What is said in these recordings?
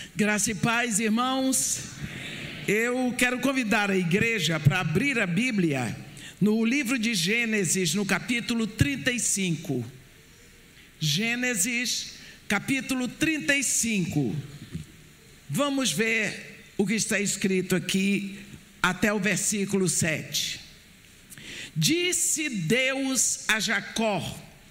Graça e paz, irmãos. Eu quero convidar a igreja para abrir a Bíblia no livro de Gênesis, no capítulo 35. Gênesis, capítulo 35. Vamos ver o que está escrito aqui até o versículo 7. Disse Deus a Jacó: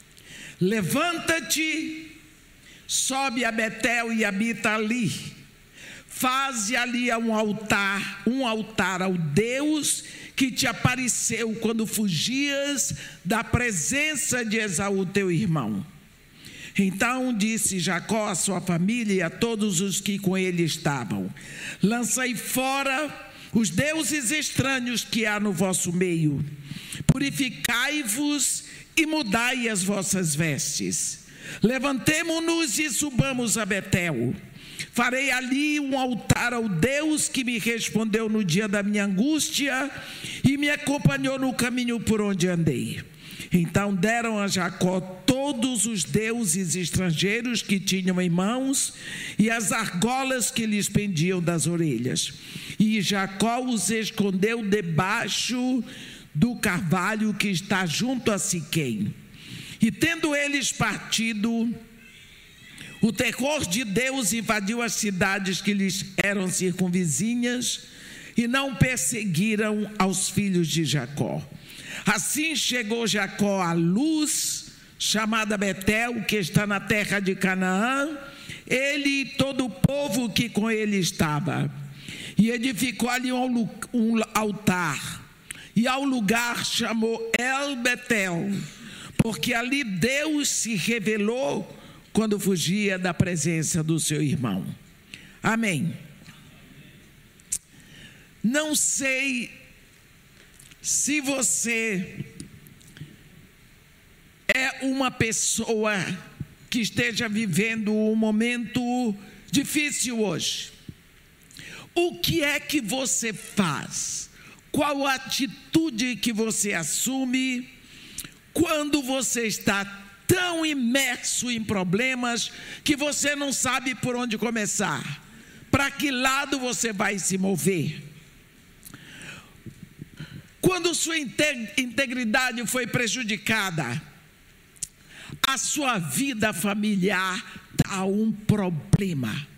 levanta-te, sobe a Betel e habita ali. Faze ali um altar ao Deus que te apareceu quando fugias da presença de Esaú teu irmão. Então disse Jacó à sua família e a todos os que com ele estavam: lançai fora os deuses estranhos que há no vosso meio, purificai-vos e mudai as vossas vestes. Levantemo-nos e subamos a Betel. Farei ali um altar ao Deus que me respondeu no dia da minha angústia e me acompanhou no caminho por onde andei. Então deram a Jacó todos os deuses estrangeiros que tinham em mãos e as argolas que lhes pendiam das orelhas. E Jacó os escondeu debaixo do carvalho que está junto a Siquém. E tendo eles partido, o terror de Deus invadiu as cidades que lhes eram circunvizinhas e não perseguiram aos filhos de Jacó. Assim chegou Jacó à Luz, chamada Betel, que está na terra de Canaã, ele e todo o povo que com ele estava. E edificou ali um altar, e ao lugar chamou El Betel, porque ali Deus se revelou quando fugia da presença do seu irmão. Amém. Não sei se você é uma pessoa que esteja vivendo um momento difícil hoje. O que é que você faz? Qual a atitude que você assume quando você está tão imerso em problemas que você não sabe por onde começar? Para que lado você vai se mover? Quando sua integridade foi prejudicada, a sua vida familiar está um problema.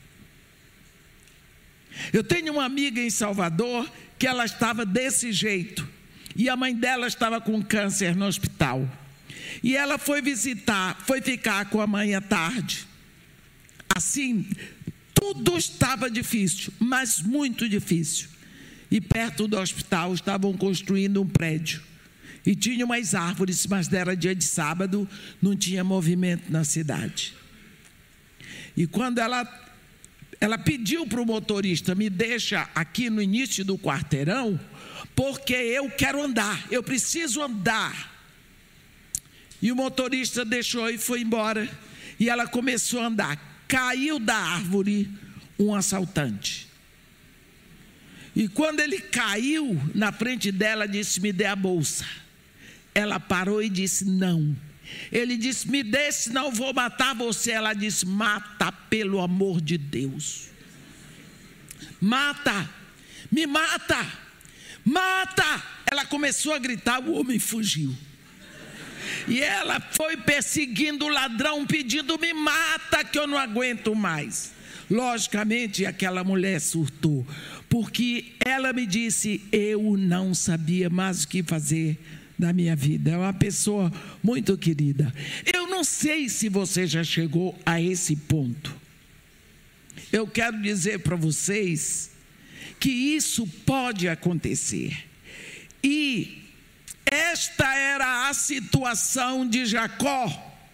Eu tenho uma amiga em Salvador que ela estava desse jeito, e a mãe dela estava com câncer no hospital. E ela foi ficar com a mãe à tarde. Assim, tudo estava difícil, mas muito difícil. E perto do hospital estavam construindo um prédio. E tinha umas árvores, mas era dia de sábado, não tinha movimento na cidade. E quando ela pediu para o motorista: me deixa aqui no início do quarteirão, porque eu quero andar, eu preciso andar. E o motorista deixou e foi embora. E ela começou a andar. Caiu da árvore um assaltante. E quando ele caiu na frente dela, disse: me dê a bolsa. Ela parou e disse: não. Ele disse: me dê, senão vou matar você. Ela disse: mata, pelo amor de Deus. Mata, me mata, mata. Ela começou a gritar, o homem fugiu. E ela foi perseguindo o ladrão, pedindo: me mata que eu não aguento mais. Logicamente aquela mulher surtou, porque ela me disse: eu não sabia mais o que fazer da minha vida. É uma pessoa muito querida. Eu não sei se você já chegou a esse ponto. Eu quero dizer para vocês que isso pode acontecer. E esta era a situação de Jacó,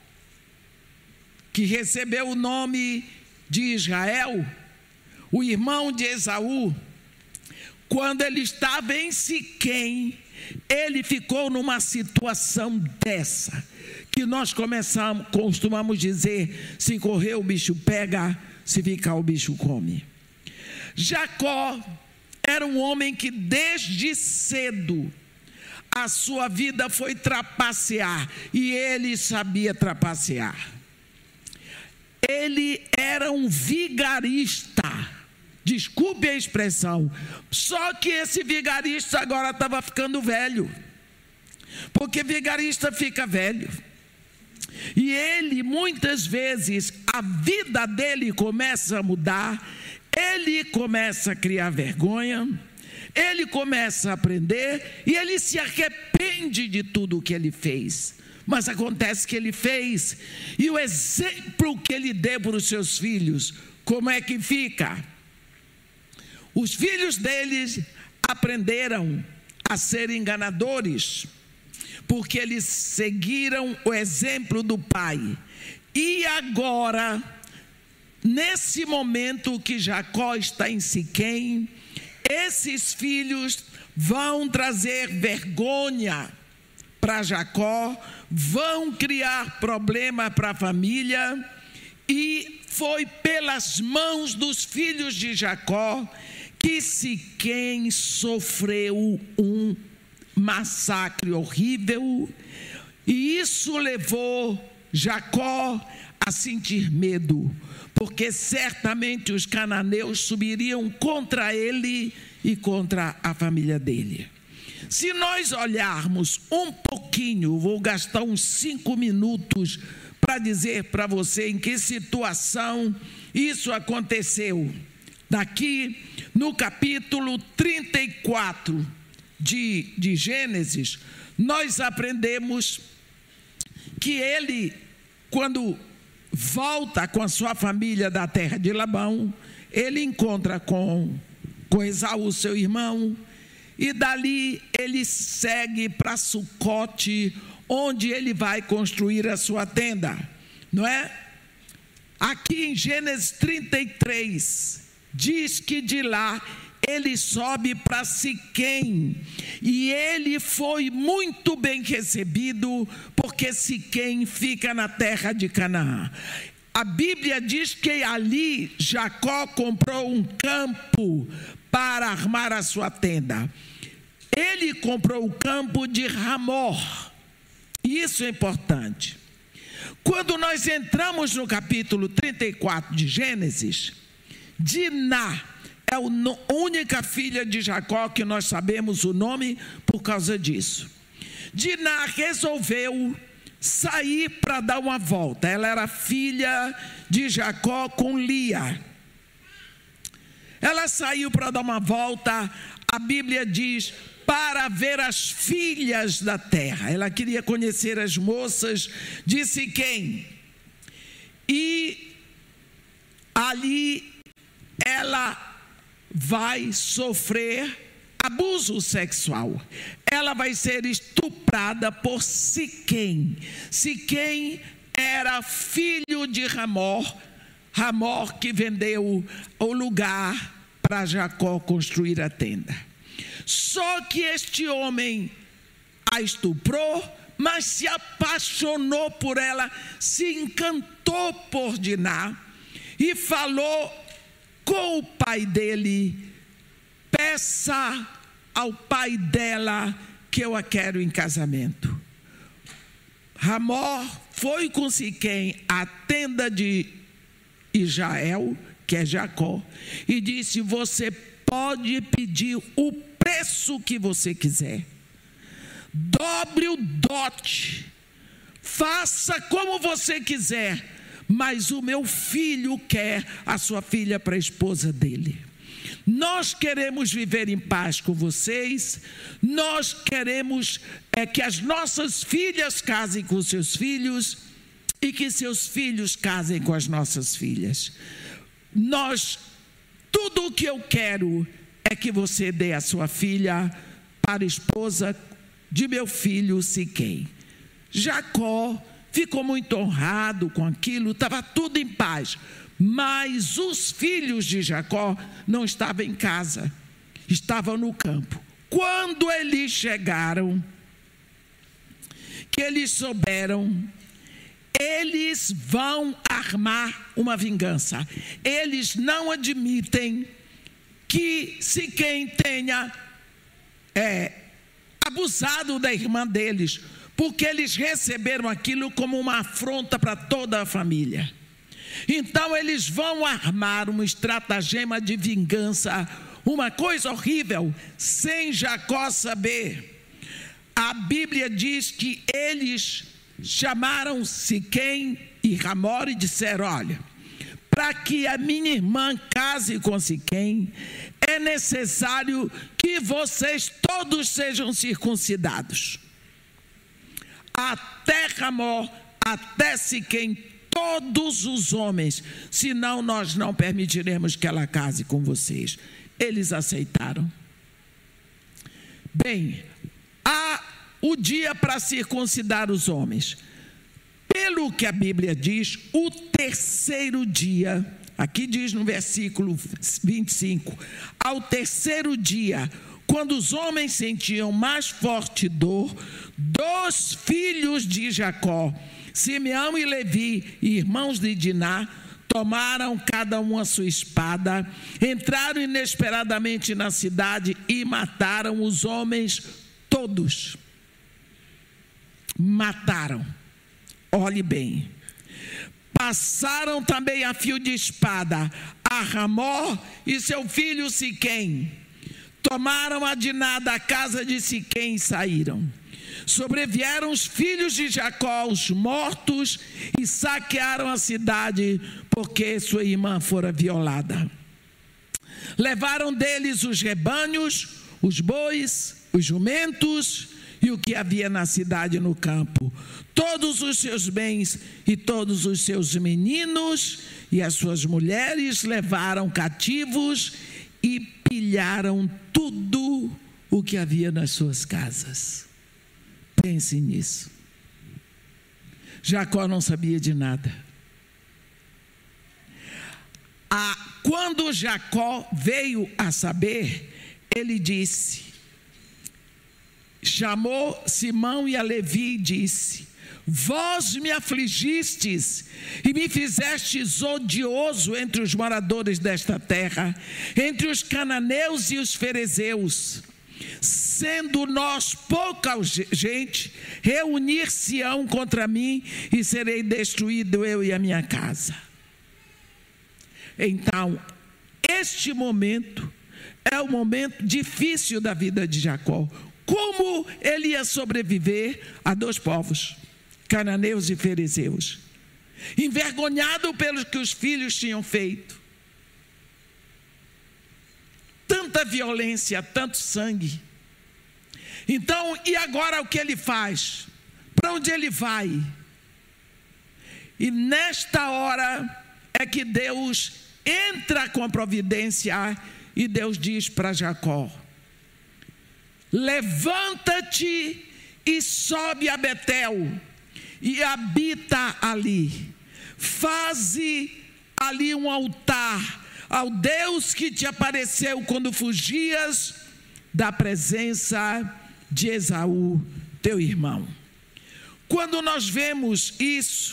que recebeu o nome de Israel, o irmão de Esaú. Quando ele estava em Siquém, ele ficou numa situação dessa, que nós costumamos dizer: se correr o bicho pega, se ficar o bicho come. Jacó era um homem que desde cedo a sua vida foi trapacear, e ele sabia trapacear. ele era um vigarista. Desculpe a expressão. Só que esse vigarista agora estava ficando velho. Porque vigarista fica velho. E ele, muitas vezes, a vida dele começa a mudar. Ele começa a criar vergonha. Ele começa a aprender. E ele se arrepende de tudo o que ele fez. Mas acontece que ele fez. E o exemplo que ele deu para os seus filhos, como é que fica? Os filhos deles aprenderam a ser enganadores, porque eles seguiram o exemplo do pai. E agora, nesse momento que Jacó está em Siquém, esses filhos vão trazer vergonha para Jacó, vão criar problema para a família. E foi pelas mãos dos filhos de Jacó que Siquém sofreu um massacre horrível, e isso levou Jacó a sentir medo, porque certamente os cananeus subiriam contra ele e contra a família dele. Se nós olharmos um pouquinho, vou gastar uns 5 minutos para dizer para você em que situação isso aconteceu. Daqui no capítulo 34 de Gênesis, nós aprendemos que ele, quando volta com a sua família da terra de Labão, ele encontra com Esaú, seu irmão, e dali ele segue para Sucote, onde ele vai construir a sua tenda, não é? Aqui em Gênesis 33, diz que de lá ele sobe para Siquém, e ele foi muito bem recebido, porque Siquém fica na terra de Canaã. A Bíblia diz que ali Jacó comprou um campo para armar a sua tenda. Ele comprou o campo de Ramor. Isso é importante. Quando nós entramos no capítulo 34 de Gênesis, Diná é a única filha de Jacó que nós sabemos o nome por causa disso. Diná resolveu sair para dar uma volta. Ela era filha de Jacó com Lia. Ela saiu para dar uma volta, a Bíblia diz, para ver as filhas da terra. Ela queria conhecer as moças de Siquém. E ali ela vai sofrer abuso sexual. Ela vai ser estuprada por Siquém. Siquém era filho de Ramor. Ramor que vendeu o lugar para Jacó construir a tenda. Só que este homem a estuprou, mas se apaixonou por ela, se encantou por Diná e falou com o pai dele: peça ao pai dela que eu a quero em casamento. Ramor foi com Siquém à tenda de Israel, que é Jacó, e disse: você pode pedir o preço que você quiser, dobre o dote, faça como você quiser, mas o meu filho quer a sua filha para a esposa dele. Nós queremos viver em paz com vocês, nós queremos que as nossas filhas casem com seus filhos e que seus filhos casem com as nossas filhas. Tudo o que eu quero é que você dê a sua filha para a esposa de meu filho Siquém. Jacó ficou muito honrado com aquilo, estava tudo em paz. Mas os filhos de Jacó não estavam em casa, estavam no campo. Quando eles chegaram, que eles souberam, eles vão armar uma vingança. Eles não admitem que Siquém tenha abusado da irmã deles, porque eles receberam aquilo como uma afronta para toda a família. Então eles vão armar uma estratagema de vingança, uma coisa horrível, sem Jacó saber. A Bíblia diz que eles chamaram Siquém e Hamor e disseram: olha, para que a minha irmã case com Siquém, é necessário que vocês todos sejam circuncidados. Até Hamor, até Siquém, todos os homens, senão nós não permitiremos que ela case com vocês. Eles aceitaram. Bem, há o dia para circuncidar os homens. Pelo que a Bíblia diz, o terceiro dia, aqui diz no versículo 25, ao terceiro dia, quando os homens sentiam mais forte dor, 2 filhos de Jacó, Simeão e Levi, irmãos de Diná, tomaram cada um a sua espada, entraram inesperadamente na cidade e mataram os homens todos. Mataram. Olhe bem. Passaram também a fio de espada a Hamor e seu filho Siquém. Tomaram a Diná da casa de Siquém e saíram. Sobrevieram os filhos de Jacó, os mortos, e saquearam a cidade, porque sua irmã fora violada. Levaram deles os rebanhos, os bois, os jumentos e o que havia na cidade e no campo, todos os seus bens e todos os seus meninos e as suas mulheres levaram cativos e pilharam tudo o que havia nas suas casas. Pense nisso. Jacó não sabia de nada. Quando Jacó veio a saber, ele disse, chamou Simão e a Levi e disse: vós me afligistes e me fizestes odioso entre os moradores desta terra, entre os cananeus e os ferezeus. Sendo nós pouca gente, reunir-se-ão contra mim e serei destruído eu e a minha casa. Então, este momento é o momento difícil da vida de Jacó. Como ele ia sobreviver a 2 povos, cananeus e ferezeus, envergonhado pelo que os filhos tinham feito. Tanta violência, tanto sangue. Então, e agora o que ele faz? Para onde ele vai? E nesta hora é que Deus entra com a providência e Deus diz para Jacó: levanta-te e sobe a Betel e habita ali. Faze ali um altar ao Deus que te apareceu quando fugias da presença de Esaú, teu irmão. Quando nós vemos isso,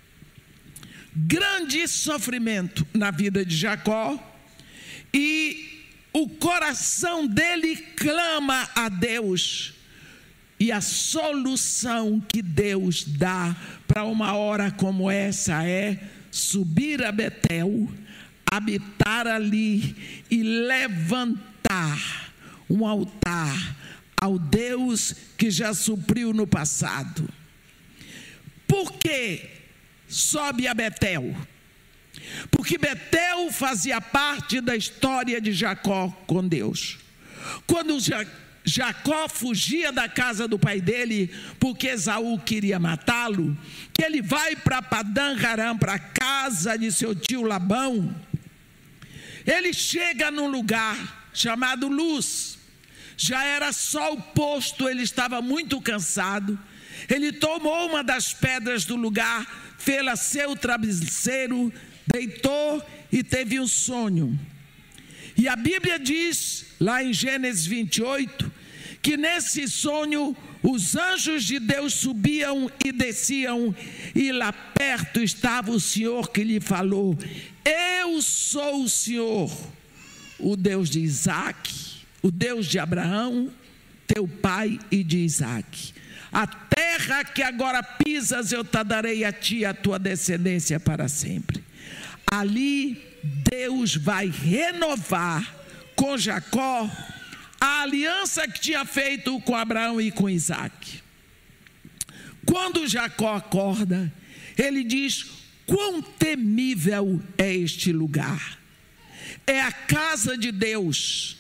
grande sofrimento na vida de Jacó, e o coração dele clama a Deus, e a solução que Deus dá para uma hora como essa é subir a Betel, habitar ali e levantar um altar ao Deus que já supriu no passado. Por que sobe a Betel? Porque Betel fazia parte da história de Jacó com Deus. Quando Jacó fugia da casa do pai dele, porque Esaú queria matá-lo, que ele vai para Padã Aram, para a casa de seu tio Labão, ele chega num lugar chamado Luz. Já era sol posto, ele estava muito cansado. Ele tomou uma das pedras do lugar, fê-la seu travesseiro, deitou e teve um sonho. E a Bíblia diz, lá em Gênesis 28, que nesse sonho os anjos de Deus subiam e desciam, e lá perto estava o Senhor que lhe falou: eu sou o Senhor, o Deus de Isaac, o Deus de Abraão, teu pai, e de Isaac. A terra que agora pisas eu te darei a ti e a tua descendência para sempre. ali Deus vai renovar com Jacó a aliança que tinha feito com Abraão e com Isaac. Quando Jacó acorda, ele diz: quão temível é este lugar! É a casa de Deus.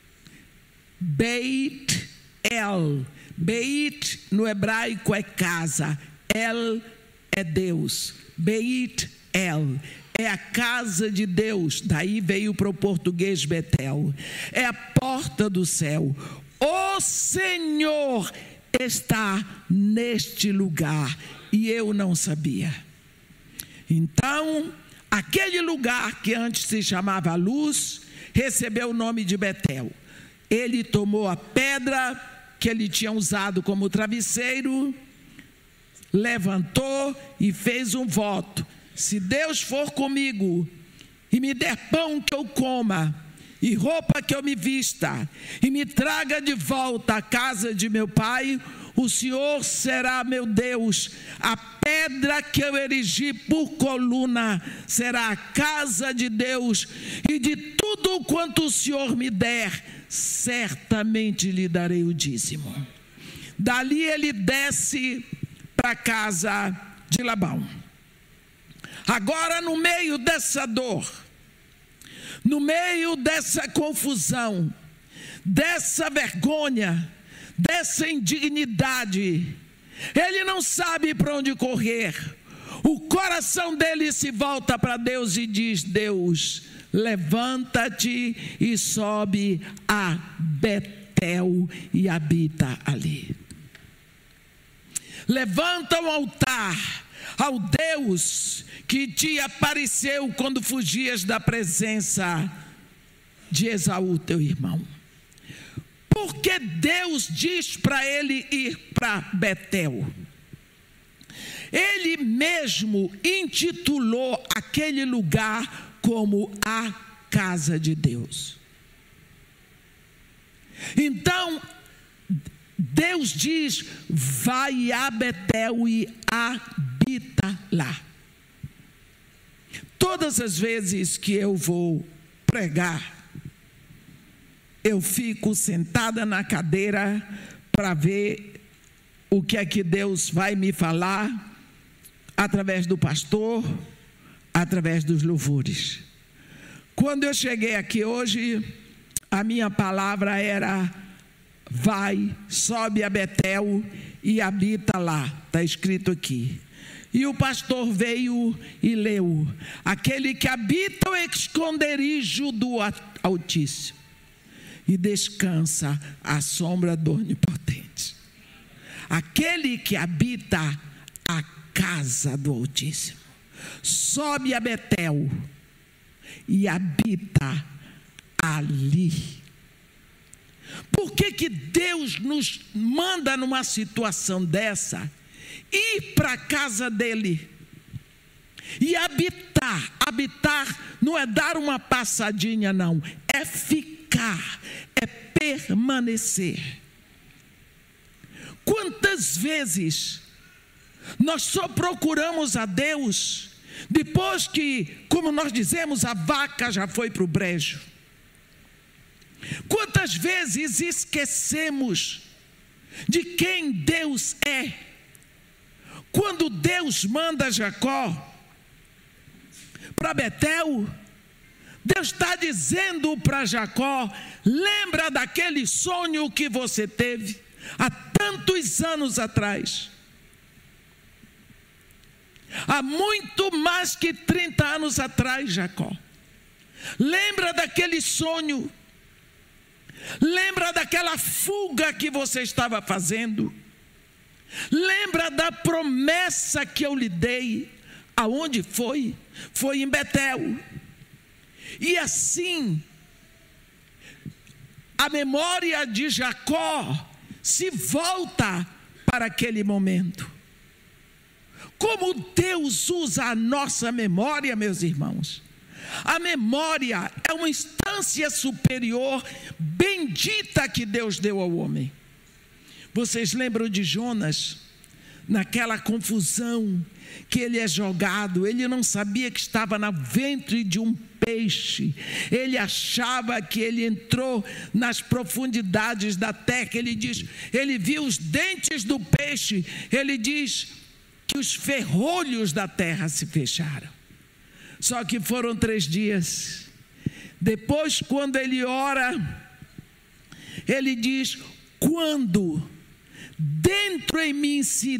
Beit El. Beit no hebraico é casa, El é Deus. Beit El é a casa de Deus. Daí veio para o português Betel. É a porta do céu. O Senhor está neste lugar e eu não sabia. Então, aquele lugar que antes se chamava Luz recebeu o nome de Betel. Ele tomou a pedra que ele tinha usado como travesseiro, levantou e fez um voto: se Deus for comigo e me der pão que eu coma e roupa que eu me vista e me traga de volta à casa de meu pai, o Senhor será meu Deus. A pedra que eu erigi por coluna será a casa de Deus, e de tudo quanto o Senhor me der, certamente lhe darei o dízimo. Dali ele desce para a casa de Labão. Agora, no meio dessa dor, no meio dessa confusão, dessa vergonha, dessa indignidade, ele não sabe para onde correr. O coração dele se volta para Deus e diz: Deus, levanta-te e sobe a Betel e habita ali. Levanta um altar ao Deus que te apareceu quando fugias da presença de Esaú, teu irmão. Porque Deus diz para ele ir para Betel. Ele mesmo intitulou aquele lugar como a casa de Deus. Então, Deus diz: vai a Betel e habita lá. Todas as vezes que eu vou pregar, eu fico sentada na cadeira para ver o que é que Deus vai me falar através do pastor, através dos louvores. Quando eu cheguei aqui hoje, a minha palavra era: vai, sobe a Betel e habita lá. Está escrito aqui. E o pastor veio e leu: aquele que habita o esconderijo do Altíssimo e descansa à sombra do Onipotente. Aquele que habita a casa do Altíssimo sobe a Betel e habita ali. Por que Deus nos manda numa situação dessa ir para a casa dele e habitar? Habitar não é dar uma passadinha, não, é ficar, é permanecer. Quantas vezes nós só procuramos a Deus depois que, como nós dizemos, a vaca já foi para o brejo? Quantas vezes esquecemos de quem Deus é? Quando Deus manda Jacó para Betel, Deus está dizendo para Jacó: lembra daquele sonho que você teve há tantos anos atrás, há muito mais que 30 anos atrás, Jacó. Lembra daquele sonho, lembra daquela fuga que você estava fazendo, lembra da promessa que eu lhe dei. Aonde foi? Foi em Betel. E assim, a memória de Jacó se volta para aquele momento. Como Deus usa a nossa memória, meus irmãos. A memória é uma instância superior bendita que Deus deu ao homem. Vocês lembram de Jonas? naquela confusão que ele é jogado, ele não sabia que estava no ventre de um peixe, ele achava que ele entrou nas profundidades da terra. Ele diz, ele viu os dentes do peixe, ele diz que os ferrolhos da terra se fecharam. Só que foram 3 dias. Depois, quando ele ora, ele diz, quando dentro em mim se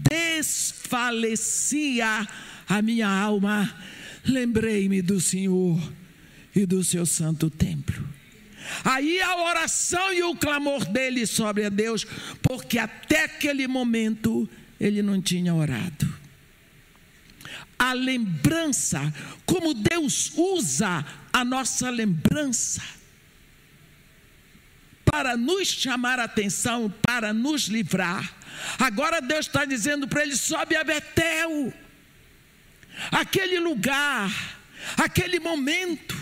desfalecia a minha alma, lembrei-me do Senhor e do seu santo templo. Aí a oração e o clamor dele sobre a Deus, porque até aquele momento ele não tinha orado. A lembrança, como Deus usa a nossa lembrança para nos chamar a atenção, para nos livrar. Agora Deus está dizendo para ele, sobe a Betel, aquele lugar, aquele momento,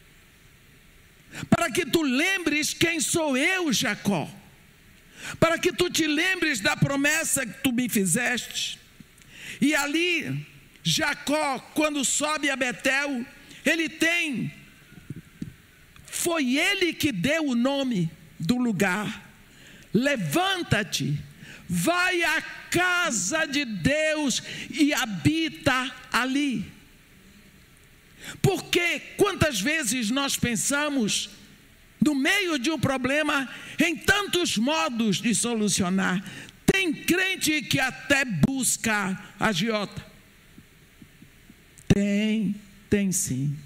para que tu lembres quem sou eu, Jacó, para que tu te lembres da promessa que tu me fizeste. E ali, Jacó, quando sobe a Betel, foi ele que deu o nome do lugar. Levanta-te, vai à casa de Deus e habita ali. Porque quantas vezes nós pensamos, no meio de um problema, em tantos modos de solucionar. Tem crente que até busca agiota. Tem sim.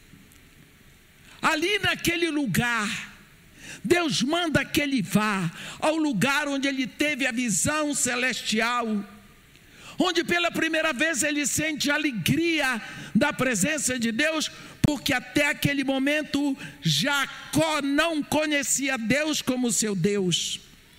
Ali naquele lugar, Deus manda que ele vá ao lugar onde ele teve a visão celestial, onde pela primeira vez ele sente a alegria da presença de Deus, porque até aquele momento Jacó não conhecia Deus como seu Deus.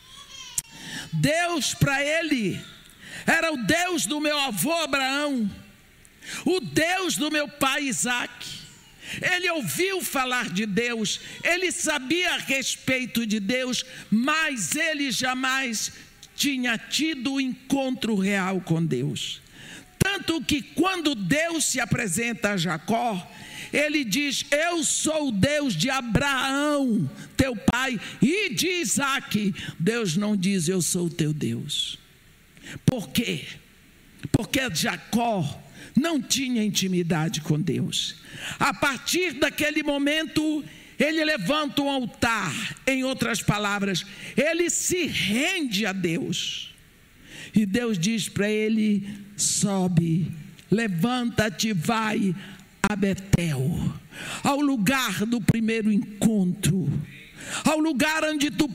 Deus para ele era o Deus do meu avô Abraão, o Deus do meu pai Isaque. Ele ouviu falar de Deus, ele sabia a respeito de Deus, mas ele jamais tinha tido um encontro real com Deus. Tanto que quando Deus se apresenta a Jacó, ele diz, eu sou o Deus de Abraão, teu pai, e de Isaque. Deus não diz, eu sou o teu Deus. Por quê? Porque Jacó não tinha intimidade com Deus. A partir daquele momento, ele levanta um altar. Em outras palavras, ele se rende a Deus. E Deus diz para ele, sobe, levanta-te, vai a Betel, ao lugar do primeiro encontro, ao lugar onde tu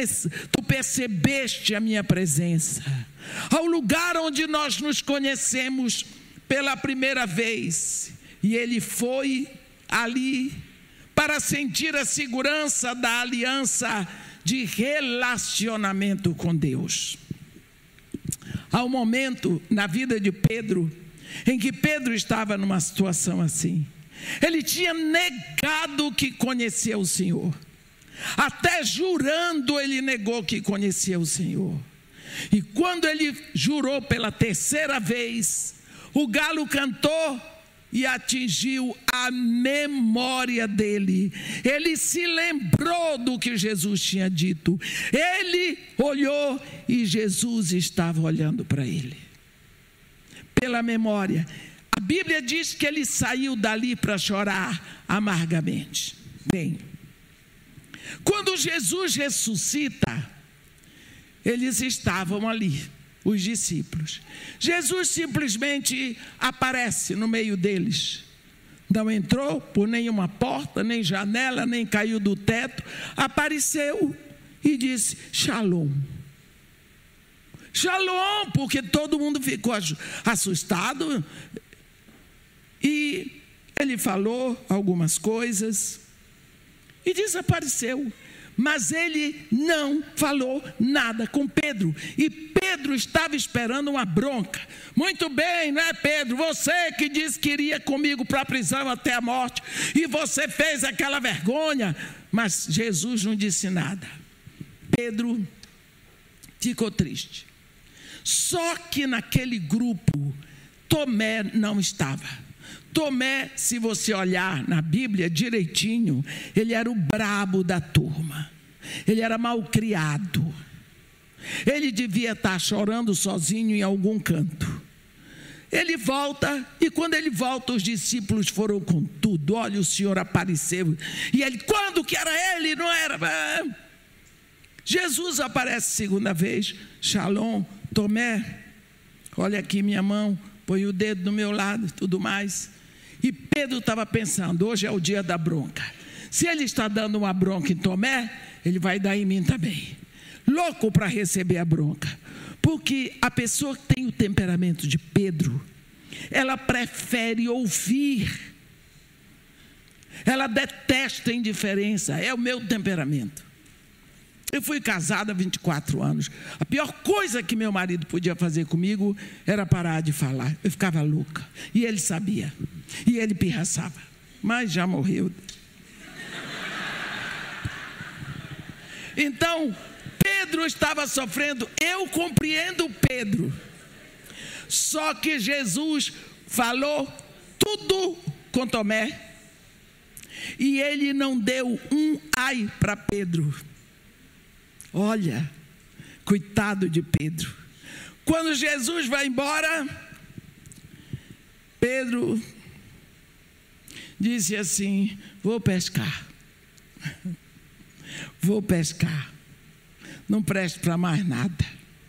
percebeste a minha presença, ao lugar onde nós nos conhecemos pela primeira vez. E ele foi ali para sentir a segurança da aliança de relacionamento com Deus. Há um momento na vida de Pedro em que Pedro estava numa situação assim. Ele tinha negado que conhecia o Senhor. Até jurando ele negou que conhecia o Senhor. E quando ele jurou pela terceira vez, o galo cantou e atingiu a memória dele. Ele se lembrou do que Jesus tinha dito. Ele olhou e Jesus estava olhando para ele. Pela memória. A Bíblia diz que ele saiu dali para chorar amargamente. Bem, quando Jesus ressuscita, eles estavam ali, os discípulos. Jesus simplesmente aparece no meio deles. Não entrou por nenhuma porta, nem janela, nem caiu do teto. Apareceu e disse, Shalom. Shalom, porque todo mundo ficou assustado. E ele falou algumas coisas e desapareceu. Mas ele não falou nada com Pedro. E Pedro estava esperando uma bronca. Muito bem, não é, Pedro? Você que disse que iria comigo para a prisão até a morte. E você fez aquela vergonha. Mas Jesus não disse nada. Pedro ficou triste. Só que naquele grupo, Tomé não estava. Tomé, se você olhar na Bíblia direitinho, ele era o brabo da turma. Ele era malcriado. Ele devia estar chorando sozinho em algum canto. Ele volta, e quando ele volta, os discípulos foram com tudo. Olha, o Senhor apareceu. E ele, quando que era ele? Não era. Jesus aparece segunda vez. Shalom, Tomé, olha aqui minha mão, põe o dedo no meu lado, tudo mais. E Pedro estava pensando, hoje é o dia da bronca. Se ele está dando uma bronca em Tomé, ele vai dar em mim também. Louco para receber a bronca. Porque a pessoa que tem o temperamento de Pedro, ela prefere ouvir. Ela detesta a indiferença. É o meu temperamento. Eu fui casada há 24 anos. A pior coisa que meu marido podia fazer comigo era parar de falar. Eu ficava louca. E ele sabia. E ele pirraçava. Mas já morreu. Então, Pedro estava sofrendo. Eu compreendo Pedro. Só que Jesus falou tudo com Tomé. E ele não deu um ai para Pedro. Olha, coitado de Pedro. Quando Jesus vai embora, Pedro disse assim: vou pescar. Vou pescar. Não presto para mais nada.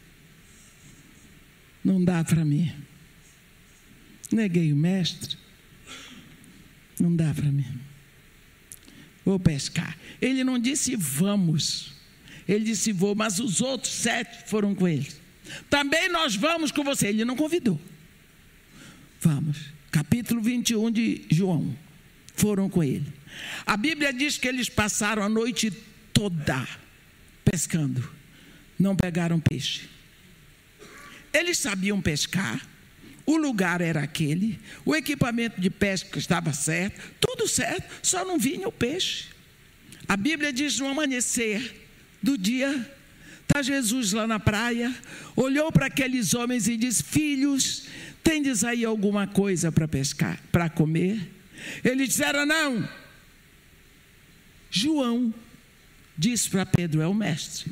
Não dá para mim. Neguei o mestre. Não dá para mim. Vou pescar. Ele não disse vamos. Ele disse vou, mas os outros 7 foram com ele. Também nós vamos com você. Ele não convidou. Vamos. Capítulo 21 de João. Foram com ele. A Bíblia diz que eles passaram a noite toda pescando. Não pegaram peixe. Eles sabiam pescar. O lugar era aquele. O equipamento de pesca estava certo. Tudo certo. Só não vinha o peixe. A Bíblia diz no amanhecer do dia, está Jesus lá na praia, olhou para aqueles homens e disse: filhos, tendes aí alguma coisa para pescar, para comer? Eles disseram não. João disse para Pedro: é o mestre.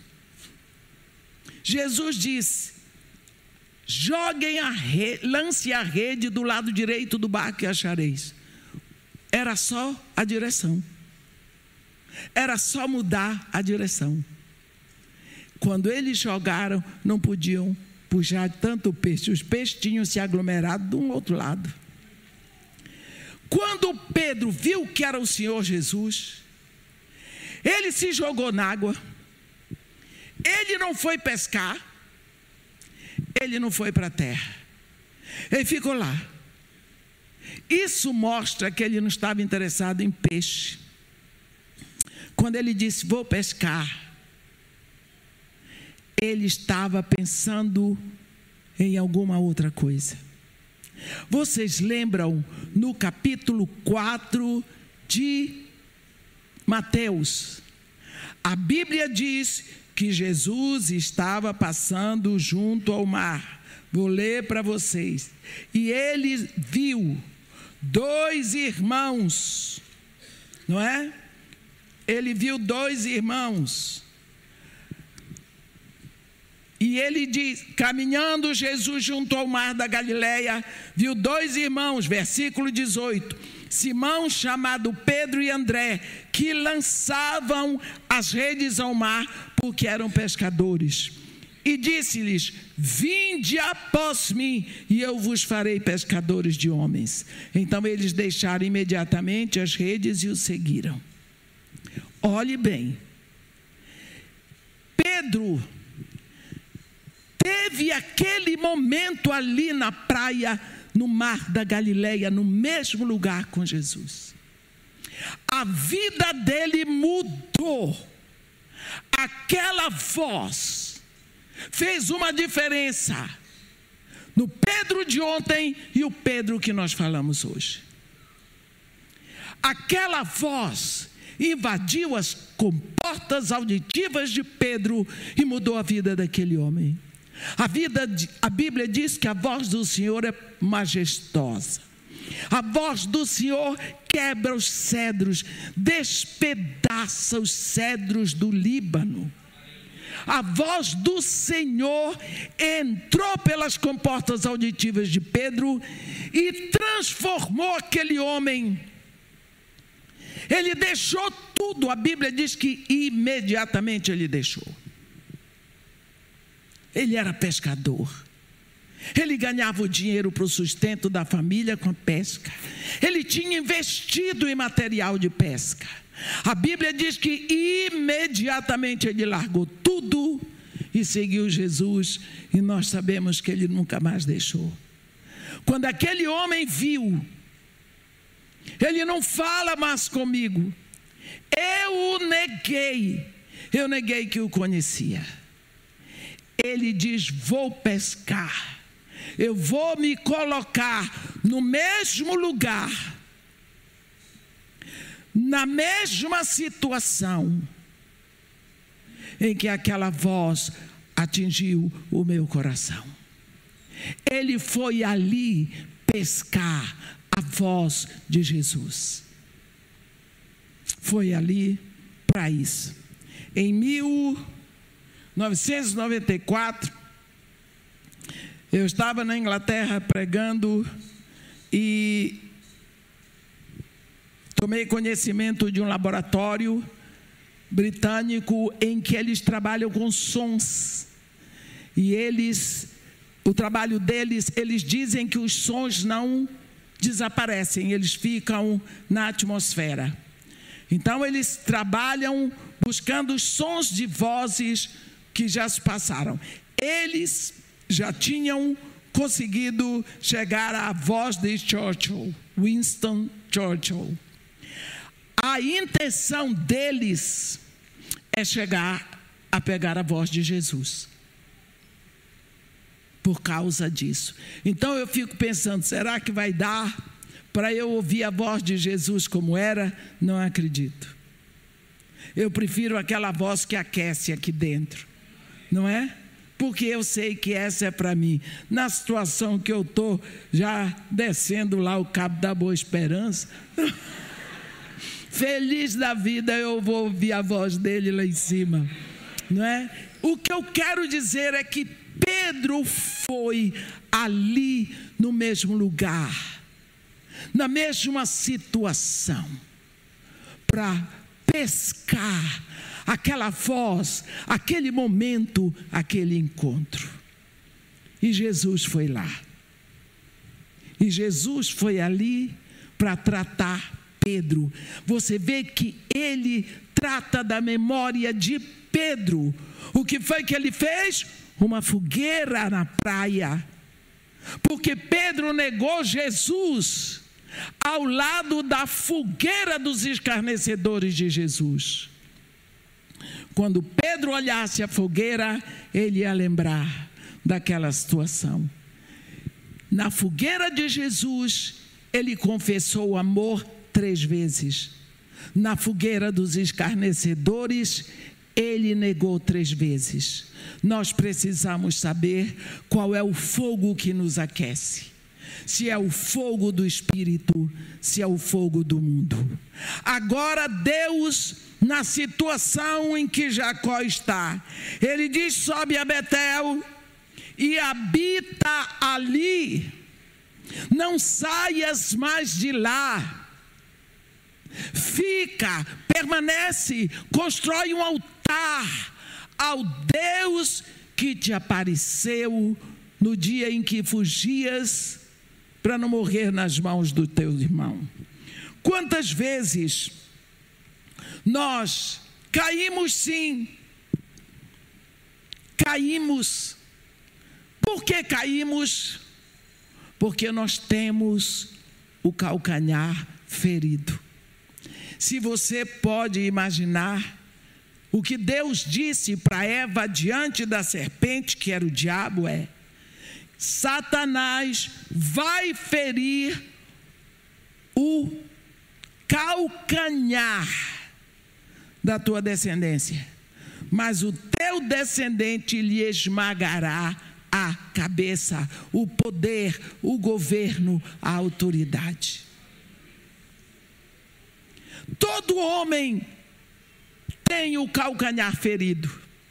Jesus disse: joguem a rede, lance a rede do lado direito do barco e achareis. Era só a direção. Era só mudar a direção. Quando eles jogaram, não podiam puxar tanto peixe. Os peixes tinham se aglomerado de um outro lado. Quando Pedro viu que era o Senhor Jesus, ele se jogou na água. Ele não foi pescar. Ele não foi para a terra. Ele ficou lá. Isso mostra que ele não estava interessado em peixe. Quando ele disse vou pescar, ele estava pensando em alguma outra coisa. Vocês lembram no capítulo 4 de Mateus? A Bíblia diz que Jesus estava passando junto ao mar. Vou ler para vocês. E ele viu 2 irmãos, não é? Ele viu 2 irmãos. E ele diz, caminhando Jesus junto ao mar da Galileia, viu 2 irmãos, versículo 18, Simão chamado Pedro e André, que lançavam as redes ao mar, porque eram pescadores. E disse-lhes, vinde após mim, e eu vos farei pescadores de homens. Então eles deixaram imediatamente as redes e o seguiram. Olhe bem, Pedro teve aquele momento ali na praia, no mar da Galileia, no mesmo lugar com Jesus. A vida dele mudou. Aquela voz fez uma diferença no Pedro de ontem e o Pedro que nós falamos hoje. Aquela voz invadiu as comportas auditivas de Pedro e mudou a vida daquele homem. A Bíblia diz que a voz do Senhor é majestosa. A voz do Senhor quebra os cedros, despedaça os cedros do Líbano. A voz do Senhor entrou pelas comportas auditivas de Pedro e transformou aquele homem. Ele deixou tudo. A Bíblia diz que imediatamente ele deixou. Ele era pescador. Ele ganhava o dinheiro para o sustento da família com a pesca. Ele tinha investido em material de pesca. A Bíblia diz que imediatamente ele largou tudo e seguiu Jesus. E nós sabemos que ele nunca mais deixou. Quando aquele homem viu, ele não fala mais comigo. Eu neguei que o conhecia. Ele diz: vou pescar. Eu vou me colocar no mesmo lugar, na mesma situação em que aquela voz atingiu o meu coração. Ele foi ali pescar a voz de Jesus. Foi ali para isso. Em 1994, eu estava na Inglaterra pregando e tomei conhecimento de um laboratório britânico em que eles trabalham com sons. E o trabalho deles, eles dizem que os sons não desaparecem, eles ficam na atmosfera. Então eles trabalham buscando os sons de vozes que já se passaram. Eles já tinham conseguido chegar à voz de Churchill, Winston Churchill. A intenção deles é chegar a pegar a voz de Jesus. Por causa disso. Então eu fico pensando, será que vai dar para eu ouvir a voz de Jesus como era? Não acredito. Eu prefiro aquela voz que aquece aqui dentro, não é? Porque eu sei que essa é para mim. Na situação que eu estou, já descendo lá o Cabo da Boa Esperança, feliz da vida, eu vou ouvir a voz dele lá em cima, não é? O que eu quero dizer é que Pedro foi ali no mesmo lugar, na mesma situação, para pescar aquela voz, aquele momento, aquele encontro. E Jesus foi lá. E Jesus foi ali para tratar Pedro. Você vê que ele trata da memória de Pedro. O que foi que ele fez? Uma fogueira na praia. Porque Pedro negou Jesus ao lado da fogueira dos escarnecedores de Jesus. Quando Pedro olhasse a fogueira, ele ia lembrar daquela situação. Na fogueira de Jesus, ele confessou o amor 3 vezes. Na fogueira dos escarnecedores, ele negou 3 vezes. Nós precisamos saber qual é o fogo que nos aquece. Se é o fogo do Espírito, se é o fogo do mundo. Agora Deus, na situação em que Jacó está, ele diz: sobe a Betel e habita ali. Não saias mais de lá. Fica, permanece, constrói um altar ao Deus que te apareceu no dia em que fugias para não morrer nas mãos do teu irmão. Quantas vezes nós caímos, sim, caímos. Por que caímos? Porque nós temos o calcanhar ferido. Se você pode imaginar o que Deus disse para Eva diante da serpente, que era o diabo, Satanás vai ferir o calcanhar da tua descendência. mas o teu descendente lhe esmagará a cabeça, o poder, o governo, a autoridade. Todo homem tem o calcanhar ferido.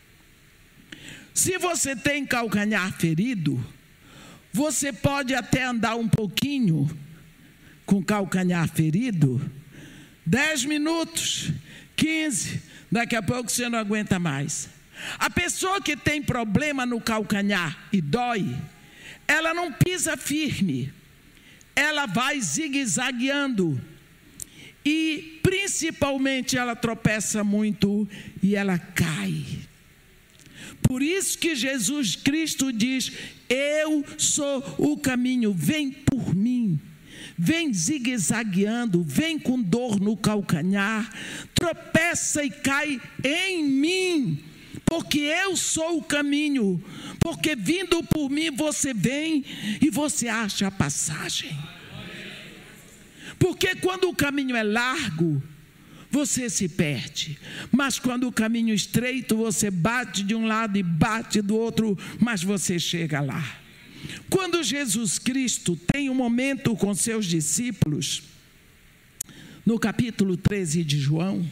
Se você tem calcanhar ferido, você pode até andar um pouquinho com calcanhar ferido, 10 minutos, 15, daqui a pouco você não aguenta mais. A pessoa que tem problema no calcanhar e dói, ela não pisa firme, ela vai zigue-zagueando e principalmente ela tropeça muito e ela cai. Por isso que Jesus Cristo diz: eu sou o caminho, vem por mim. Vem zigue-zagueando, vem com dor no calcanhar, tropeça e cai em mim, porque eu sou o caminho, porque vindo por mim você vem e você acha a passagem. Porque quando o caminho é largo, você se perde, mas quando o caminho é estreito, você bate de um lado e bate do outro, mas você chega lá. Quando Jesus Cristo tem um momento com seus discípulos, no capítulo 13 de João,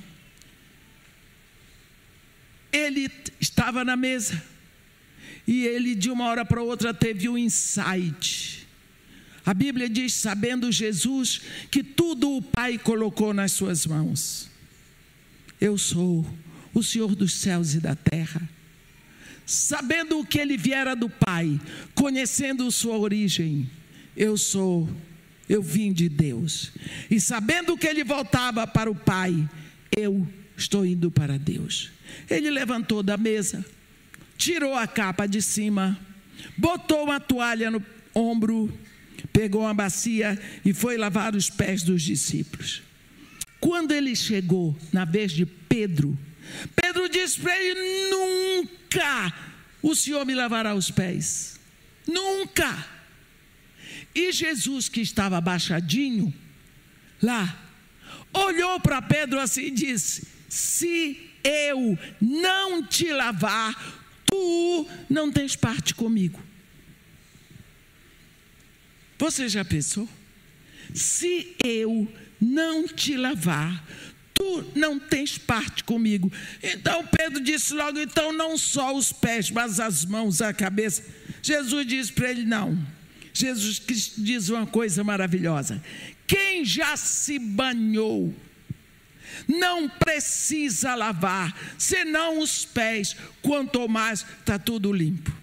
ele estava na mesa e ele de uma hora para outra teve um insight. A Bíblia diz: sabendo Jesus que tudo o Pai colocou nas suas mãos. Eu sou o Senhor dos céus e da terra. Sabendo que ele viera do Pai, conhecendo sua origem, eu vim de Deus. E sabendo que ele voltava para o Pai, eu estou indo para Deus. Ele levantou da mesa, tirou a capa de cima, botou uma toalha no ombro, pegou uma bacia e foi lavar os pés dos discípulos. Quando ele chegou na vez de Pedro, Pedro disse para ele: nunca o Senhor me lavará os pés, nunca. E Jesus, que estava abaixadinho lá, olhou para Pedro assim e disse: se eu não te lavar, tu não tens parte comigo. Você já pensou? Se eu não te lavar, tu não tens parte comigo. Então Pedro disse logo: então não só os pés, mas as mãos, a cabeça. Jesus disse para ele: não. Jesus Cristo diz uma coisa maravilhosa: quem já se banhou não precisa lavar, senão os pés, quanto mais está tudo limpo.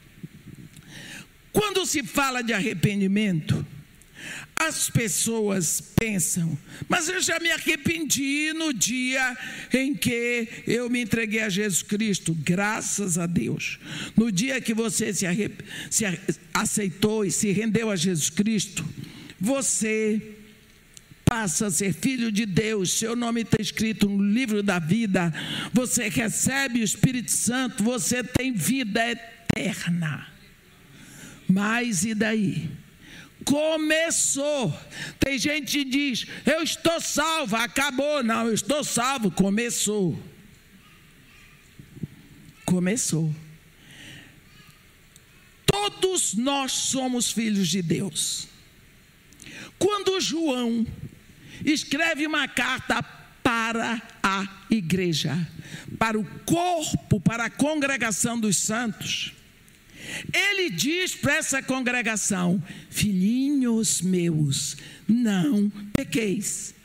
Quando se fala de arrependimento, as pessoas pensam: mas eu já me arrependi no dia em que eu me entreguei a Jesus Cristo. Graças a Deus, no dia que você se aceitou e se rendeu a Jesus Cristo, você passa a ser filho de Deus, seu nome está escrito no livro da vida, você recebe o Espírito Santo, você tem vida eterna. Mas e daí? Começou. Tem gente que diz: eu estou salvo, acabou. Não, eu estou salvo. Começou. Todos nós somos filhos de Deus. Quando João escreve uma carta para a igreja, para o corpo, para a congregação dos santos, ele diz para essa congregação: filhinhos meus, não pequeis,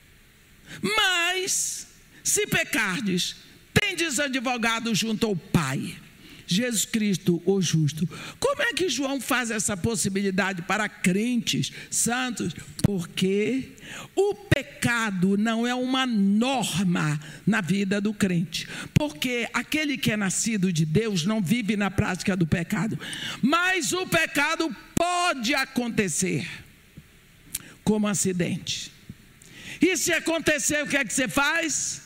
mas se pecardes, tendes advogado junto ao Pai, Jesus Cristo, o justo. Como é que João faz essa possibilidade para crentes santos? Porque o pecado não é uma norma na vida do crente. Porque aquele que é nascido de Deus não vive na prática do pecado. Mas o pecado pode acontecer como acidente. E se acontecer, o que é que você faz?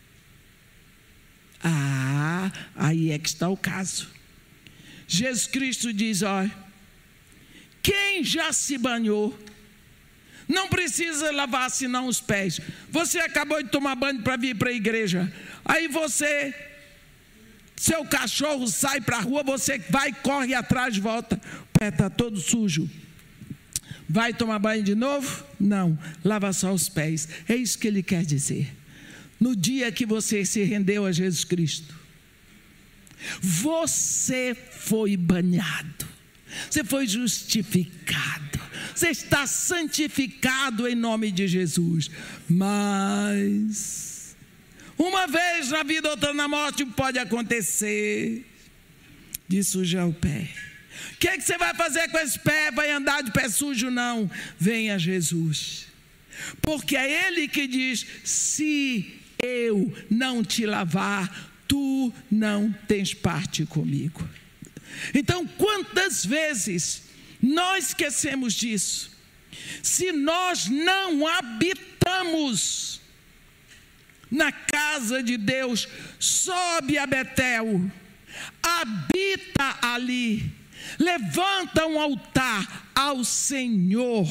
Aí é que está o caso. Jesus Cristo diz: olha, quem já se banhou não precisa lavar senão os pés. Você acabou de tomar banho para vir para a igreja, aí você Seu cachorro sai para a rua, você vai, corre atrás, volta. O pé está todo sujo. Vai tomar banho de novo? Não, lava só os pés. É isso que ele quer dizer. No dia que você se rendeu a Jesus Cristo, você foi banhado, você foi justificado, você está santificado em nome de Jesus. Mas uma vez na vida, outra na morte, pode acontecer de sujar o pé. O que você vai fazer com esse pé? Vai andar de pé sujo? Não. Venha Jesus, porque é Ele que diz: se eu não te lavar, tu não tens parte comigo. Então, quantas vezes nós esquecemos disso? Se nós não habitamos na casa de Deus, sobe a Betel, habita ali, levanta um altar ao Senhor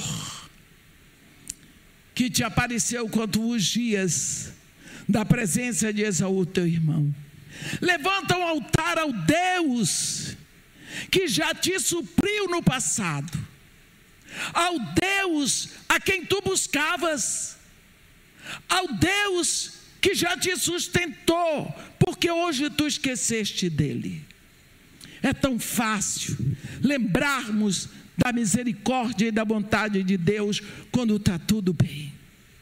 que te apareceu quando ungias da presença de Esaú, teu irmão. Levanta um altar ao Deus que já te supriu no passado, ao Deus a quem tu buscavas, ao Deus que já te sustentou, porque hoje tu esqueceste dele. É tão fácil lembrarmos da misericórdia e da bondade de Deus quando está tudo bem.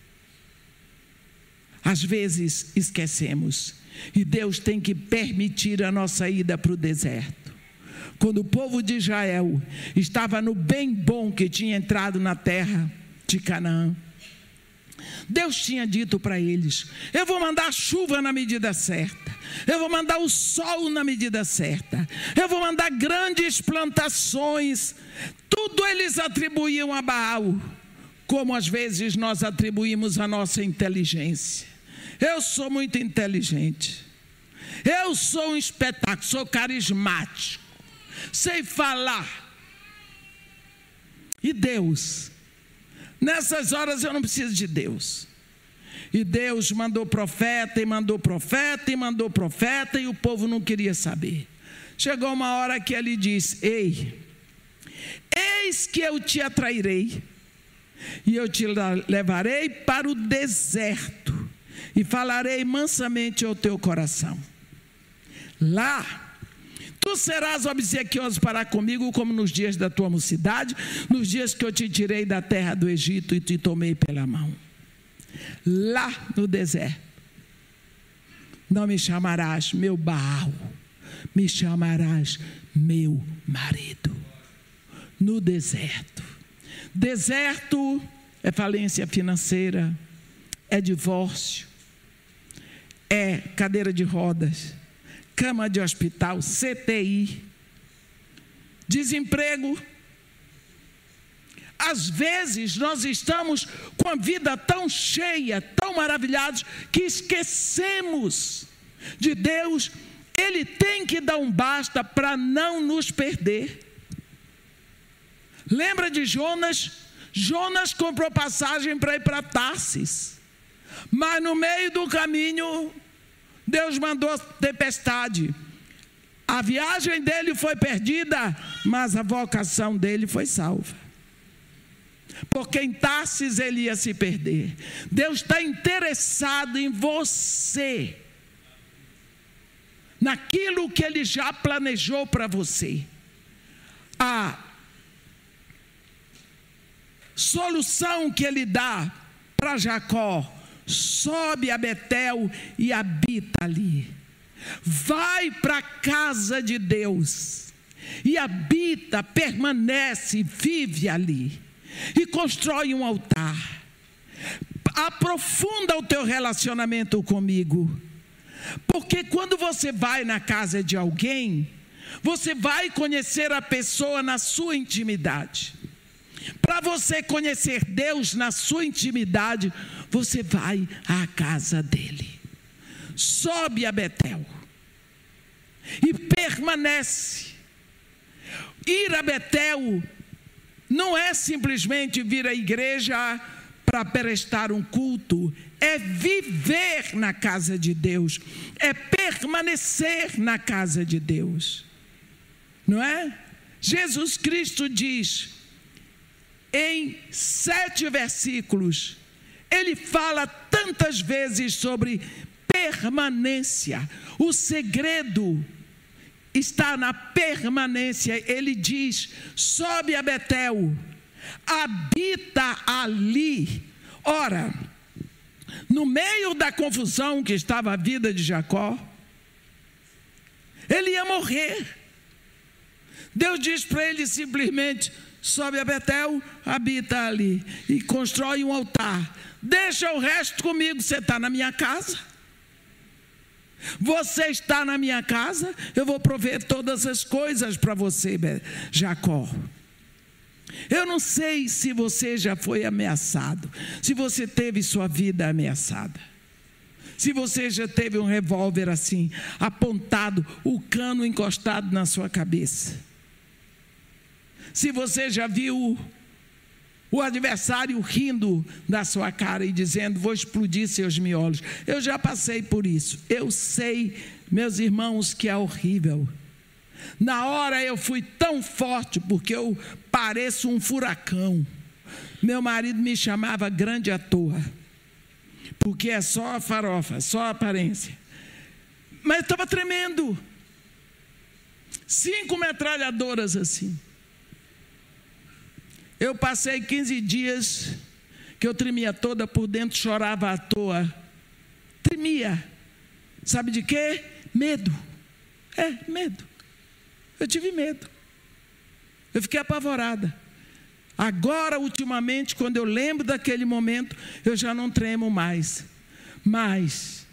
Às vezes esquecemos, e Deus tem que permitir a nossa ida para o deserto. Quando o povo de Israel estava no bem bom que tinha entrado na terra de Canaã, Deus tinha dito para eles: eu vou mandar chuva na medida certa, eu vou mandar o sol na medida certa, eu vou mandar grandes plantações. Tudo eles atribuíam a Baal, como às vezes nós atribuímos a nossa inteligência. Eu sou muito inteligente, eu sou um espetáculo, sou carismático, sei falar. E Deus, nessas horas eu não preciso de Deus. E Deus mandou profeta, e mandou profeta, e mandou profeta, e o povo não queria saber. Chegou uma hora que ele disse: ei, eis que eu te atrairei, e eu te levarei para o deserto, e falarei mansamente ao teu coração. Lá tu serás obsequioso para comigo, como nos dias da tua mocidade, nos dias que eu te tirei da terra do Egito e te tomei pela mão. Lá no deserto, não me chamarás meu Baal, me chamarás meu marido. No deserto. Deserto é falência financeira, é divórcio, é cadeira de rodas, cama de hospital, CTI, desemprego. Às vezes nós estamos com a vida tão cheia, tão maravilhados, que esquecemos de Deus. Ele tem que dar um basta para não nos perder. Lembra de Jonas? Jonas comprou passagem para ir para Tarsis, mas no meio do caminho Deus mandou tempestade. A viagem dele foi perdida, mas a vocação dele foi salva, porque em Tarsis ele ia se perder. Deus está interessado em você, naquilo que Ele já planejou para você. A solução que Ele dá para Jacó: sobe a Betel e habita ali. Vai para a casa de Deus e habita, permanece, vive ali. E constrói um altar. Aprofunda o teu relacionamento comigo. Porque quando você vai na casa de alguém, você vai conhecer a pessoa na sua intimidade. Para você conhecer Deus na sua intimidade, você vai à casa dele. Sobe a Betel e permanece. Ir a Betel não é simplesmente vir à igreja para prestar um culto. é viver na casa de Deus, é permanecer na casa de Deus, não é? Jesus Cristo diz, em 7 versículos, ele fala tantas vezes sobre permanência. O segredo está na permanência. Ele diz, sobe a Betel, habita ali. Ora, no meio da confusão que estava a vida de Jacó, ele ia morrer. Deus diz para ele simplesmente, sobe a Betel, habita ali e constrói um altar. Deixa o resto comigo, você está na minha casa. Você está na minha casa, eu vou prover todas as coisas para você, Jacó. Eu não sei se você já foi ameaçado, se você teve sua vida ameaçada, se você já teve um revólver assim, apontado, o cano encostado na sua cabeça, se você já viu o adversário rindo da sua cara e dizendo, vou explodir seus miolos. Eu já passei por isso. Eu sei, meus irmãos, que é horrível. Na hora eu fui tão forte, porque eu pareço um furacão. Meu marido me chamava grande à toa, porque é só a farofa, só a aparência. Mas eu estava tremendo. 5 metralhadoras assim. Eu passei 15 dias que eu tremia toda por dentro, chorava à toa. Tremia. Sabe de quê? Medo. Medo. Eu tive medo. Eu fiquei apavorada. Agora, ultimamente, quando eu lembro daquele momento, eu já não tremo mais. Mas,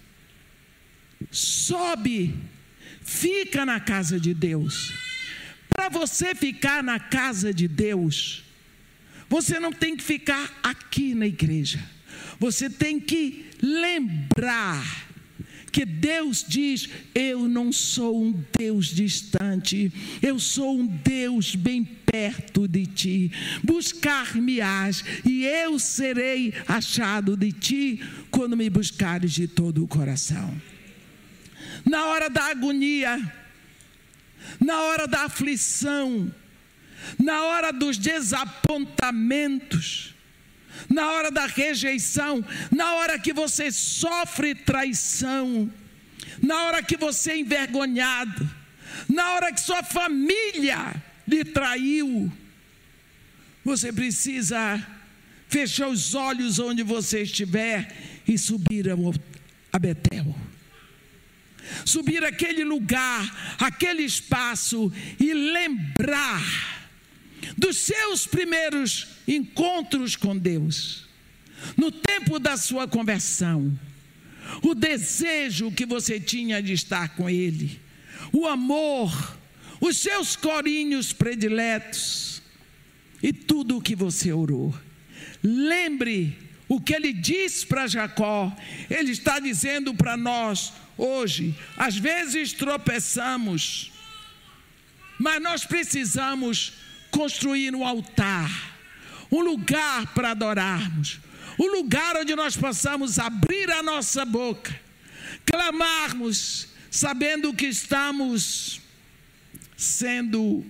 sobe, fica na casa de Deus. Para você ficar na casa de Deus, você não tem que ficar aqui na igreja. Você tem que lembrar que Deus diz, eu não sou um Deus distante, eu sou um Deus bem perto de ti. Buscar-me-ás e eu serei achado de ti quando me buscares de todo o coração. Na hora da agonia, na hora da aflição, na hora dos desapontamentos, na hora da rejeição, na hora que você sofre traição, na hora que você é envergonhado, na hora que sua família lhe traiu, você precisa fechar os olhos onde você estiver e subir a Betel. Subir aquele lugar, aquele espaço e lembrar dos seus primeiros encontros com Deus, no tempo da sua conversão, o desejo que você tinha de estar com Ele, o amor, os seus corinhos prediletos e tudo o que você orou. Lembre o que Ele disse para Jacó. Ele está dizendo para nós hoje. Às vezes tropeçamos, mas nós precisamos construir um altar, um lugar para adorarmos, um lugar onde nós possamos abrir a nossa boca, clamarmos, sabendo que estamos sendo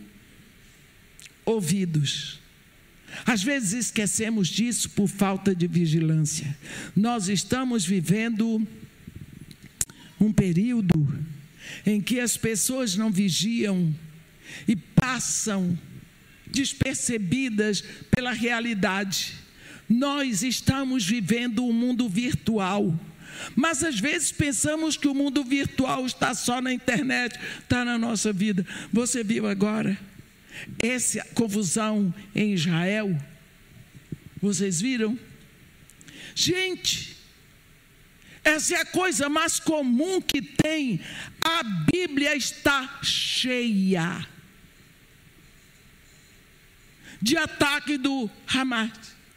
ouvidos. Às vezes esquecemos disso por falta de vigilância. Nós estamos vivendo um período em que as pessoas não vigiam e passam despercebidas pela realidade. Nós estamos vivendo um mundo virtual, mas às vezes pensamos que o mundo virtual está só na internet, está na nossa vida. Você viu agora essa confusão em Israel? Vocês viram? Gente, essa é a coisa mais comum que tem. A Bíblia está cheia de ataque do Hamas.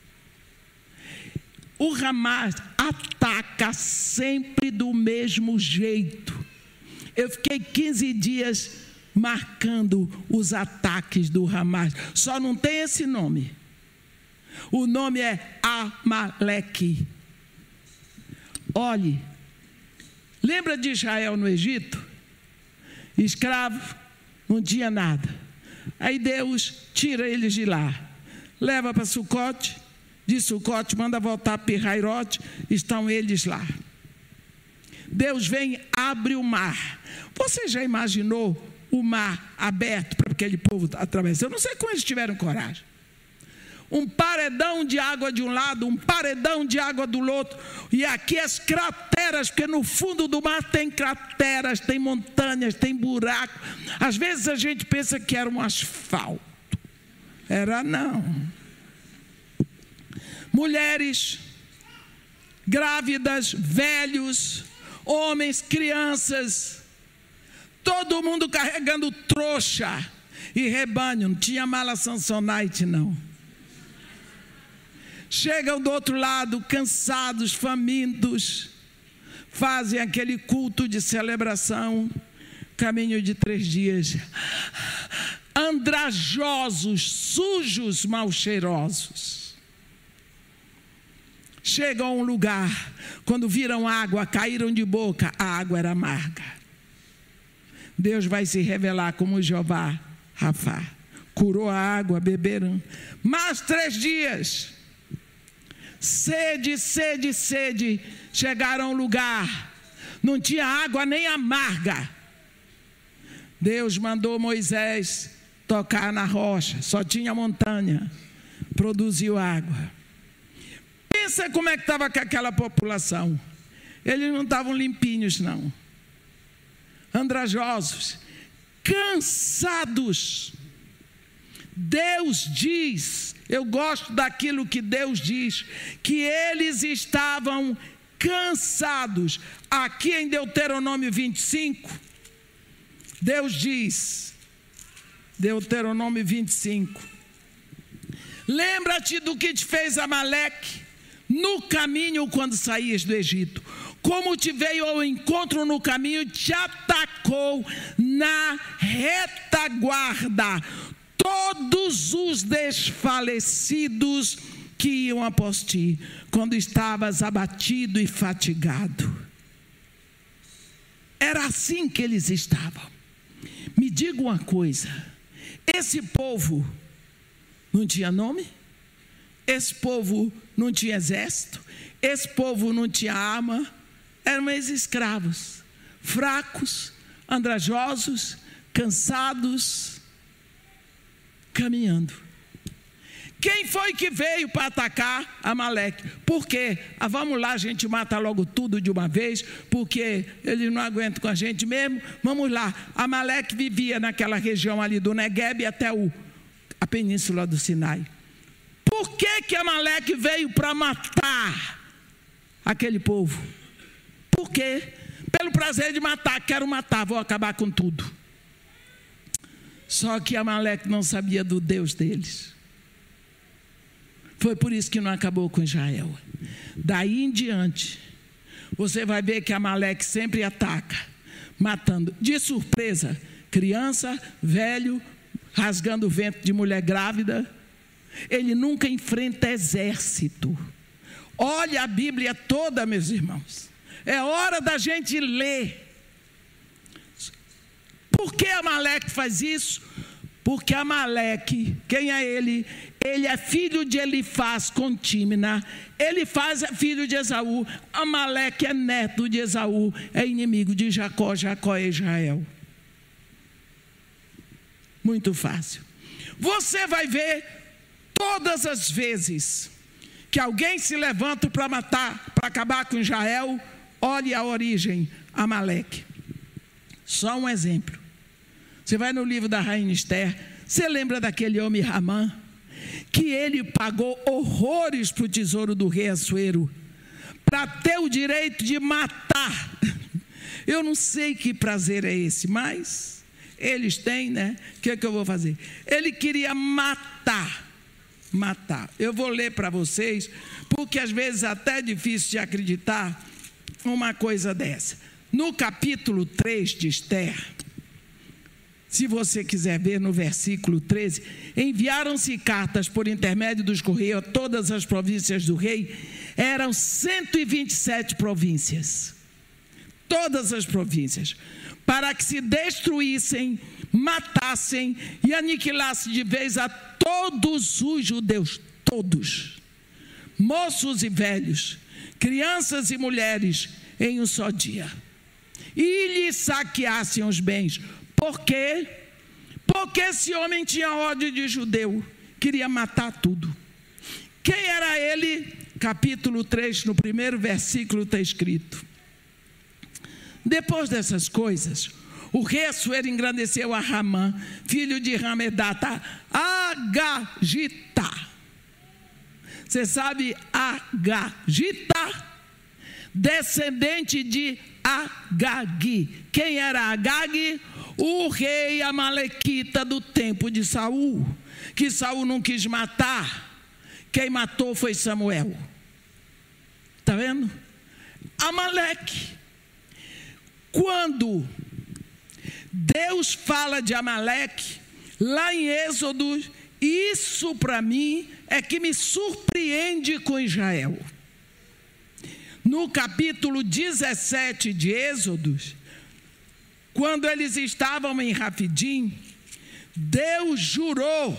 O Hamas ataca sempre do mesmo jeito. Eu fiquei 15 dias marcando os ataques do Hamas. Só não tem esse nome. O nome é Amaleque. Olhe, lembra de Israel no Egito? Escravo, não tinha nada. Aí Deus tira eles de lá, leva para Sucote, de Sucote manda voltar para Pirairote, estão eles lá. Deus vem, abre o mar. Você já imaginou o mar aberto para aquele povo atravessar? Eu não sei como eles tiveram coragem. Um paredão de água de um lado, um paredão de água do outro, e aqui as crateras, porque no fundo do mar tem crateras, tem montanhas, tem buraco. Às vezes a gente pensa que era um asfalto. Era não. Mulheres, grávidas, velhos, homens, crianças, todo mundo carregando trouxa e rebanho. Não tinha mala Samsonite não. Chegam do outro lado, cansados, famintos, fazem aquele culto de celebração, caminho de 3 dias, andrajosos, sujos, mal cheirosos. Chegam a um lugar, quando viram água, caíram de boca, a água era amarga. Deus vai se revelar como Jeová Rafá. Curou a água, beberam. Mais 3 dias. Sede, sede, sede. Chegaram a um lugar, não tinha água nem amarga. Deus mandou Moisés tocar na rocha, só tinha montanha, produziu água. Pensa como é que estava aquela população. Eles não estavam limpinhos não, andrajosos, cansados. Deus diz, eu gosto daquilo que Deus diz, que eles estavam cansados. Aqui em Deuteronômio 25, Deus diz, Deuteronômio 25, lembra-te do que te fez Amaleque no caminho quando saías do Egito, como te veio ao encontro no caminho, te atacou na retaguarda, todos os desfalecidos que iam após ti, quando estavas abatido e fatigado. Era assim que eles estavam. Me diga uma coisa, esse povo não tinha nome? Esse povo não tinha exército? Esse povo não tinha arma? Eram ex-escravos, fracos, andrajosos, cansados, caminhando. Quem foi que veio para atacar Amaleque? Por quê? Vamos lá, a gente mata logo tudo de uma vez, porque eles não aguentam com a gente mesmo. Vamos lá. Amaleque vivia naquela região ali do Negueb até a península do Sinai. Por que Amaleque veio para matar aquele povo? Por quê? Pelo prazer de matar, quero matar, vou acabar com tudo. Só que Amaleque não sabia do Deus deles. Foi por isso que não acabou com Israel. Daí em diante, você vai ver que Amaleque sempre ataca, matando de surpresa, criança, velho, rasgando o ventre de mulher grávida. Ele nunca enfrenta exército. Olha a Bíblia toda, meus irmãos. É hora da gente ler. Por que Amaleque faz isso? Porque Amaleque, quem é ele? Ele é filho de Elifaz com Tímina. Elifaz é filho de Esaú. Amaleque é neto de Esaú, é inimigo de Jacó. Jacó é Israel. Muito fácil. Você vai ver todas as vezes que alguém se levanta para matar, para acabar com Israel, olhe a origem, Amaleque. Só um exemplo. Você vai no livro da Rainha Esther, você lembra daquele homem Ramã? Que ele pagou horrores para o tesouro do rei Assuero, para ter o direito de matar. Eu não sei que prazer é esse, mas eles têm, né? O que eu vou fazer? Ele queria matar. Eu vou ler para vocês, porque às vezes até é difícil de acreditar uma coisa dessa. No capítulo 3 de Esther, Se você quiser ver no versículo 13, enviaram-se cartas por intermédio dos correios a todas as províncias do rei. Eram 127 províncias, todas as províncias, para que se destruíssem, matassem e aniquilassem de vez a todos os judeus, todos, moços e velhos, crianças e mulheres, em um só dia, e lhes saqueassem os bens. Por quê? Porque esse homem tinha ódio de judeu, queria matar tudo. Quem era ele? Capítulo 3, no primeiro versículo está escrito: depois dessas coisas, o rei Assuero engrandeceu a Ramã, filho de Ramedata, Agagita. Você sabe Agagita? Descendente de Agag. Quem era Agag? O rei amalequita do tempo de Saul, que Saul não quis matar. Quem matou foi Samuel. Está vendo? Amaleque. Quando Deus fala de Amaleque, lá em Êxodo, isso para mim é que me surpreende com Israel. No capítulo 17 de Êxodo, quando eles estavam em Rafidim, Deus jurou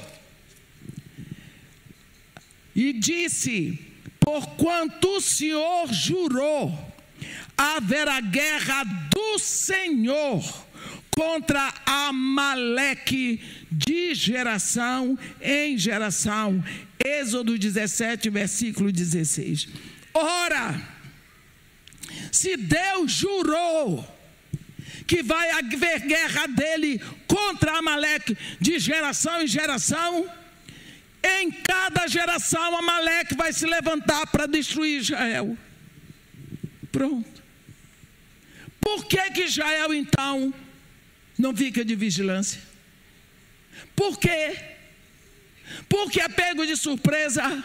e disse: porquanto o Senhor jurou, haverá guerra do Senhor contra Amaleque de geração em geração. Êxodo 17, versículo 16. Ora, se Deus jurou que vai haver guerra dele contra Amaleque de geração em geração, em cada geração Amaleque vai se levantar para destruir Israel. Pronto. Por que Israel então não fica de vigilância? Por quê? Porque é pego de surpresa.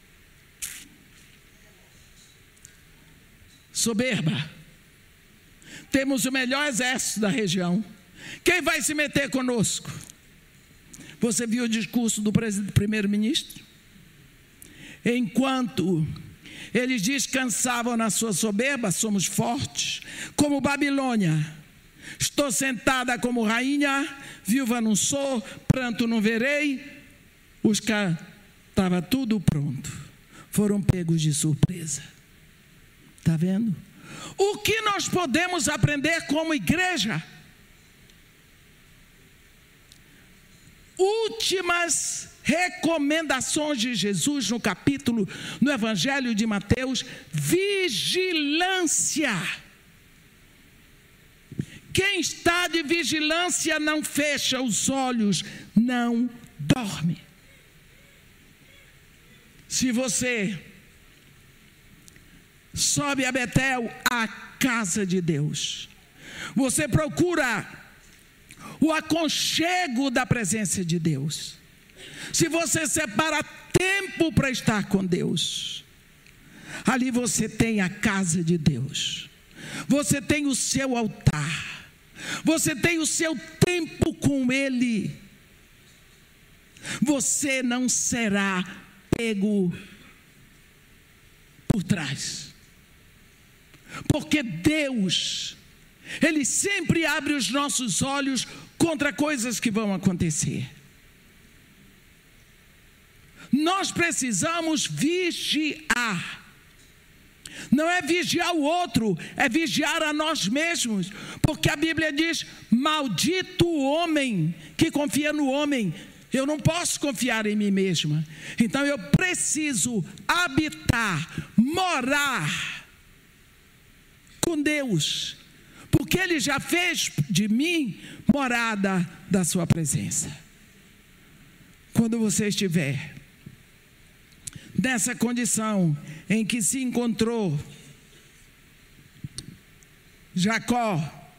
Soberba. Temos o melhor exército da região. Quem vai se meter conosco? Você viu o discurso do primeiro-ministro? Enquanto eles descansavam na sua soberba, somos fortes, como Babilônia. Estou sentada como rainha, viúva não sou, pranto não verei. Os caras, estava tudo pronto. Foram pegos de surpresa. Está vendo? O que nós podemos aprender como igreja? Últimas recomendações de Jesus no Evangelho de Mateus: vigilância. Quem está de vigilância não fecha os olhos, não dorme. Se você sobe a Betel, a casa de Deus, você procura o aconchego da presença de Deus, se você separa tempo para estar com Deus, ali você tem a casa de Deus, você tem o seu altar, você tem o seu tempo com Ele. Você não será pego por trás, porque Deus, Ele sempre abre os nossos olhos contra coisas que vão acontecer. Nós precisamos vigiar. Não é vigiar o outro, é vigiar a nós mesmos, porque a Bíblia diz: maldito o homem que confia no homem. Eu não posso confiar em mim mesma, então eu preciso habitar, morar com Deus, porque Ele já fez de mim morada da sua presença. Quando você estiver nessa condição em que se encontrou Jacó,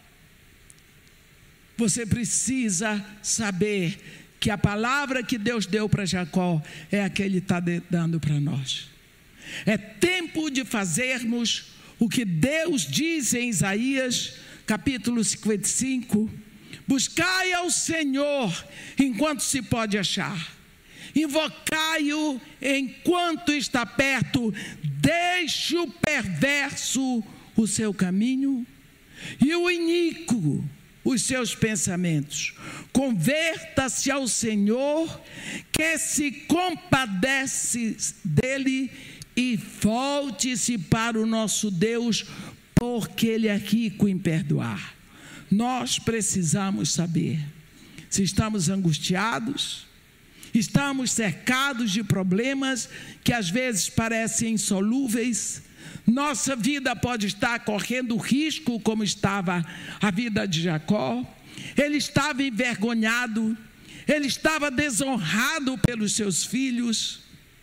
você precisa saber que a palavra que Deus deu para Jacó é a que Ele está dando para nós. É tempo de fazermos o que Deus diz em Isaías capítulo 55, Buscai ao Senhor enquanto se pode achar. Invocai-o enquanto está perto. Deixe o perverso o seu caminho e o iníquo os seus pensamentos. Converta-se ao Senhor, que se compadece dele, e volte-se para o nosso Deus, porque Ele é rico em perdoar. Nós precisamos saber se estamos angustiados, estamos cercados de problemas que às vezes parecem insolúveis. Nossa vida pode estar correndo risco, como estava a vida de Jacó. Ele estava envergonhado, ele estava desonrado pelos seus filhos.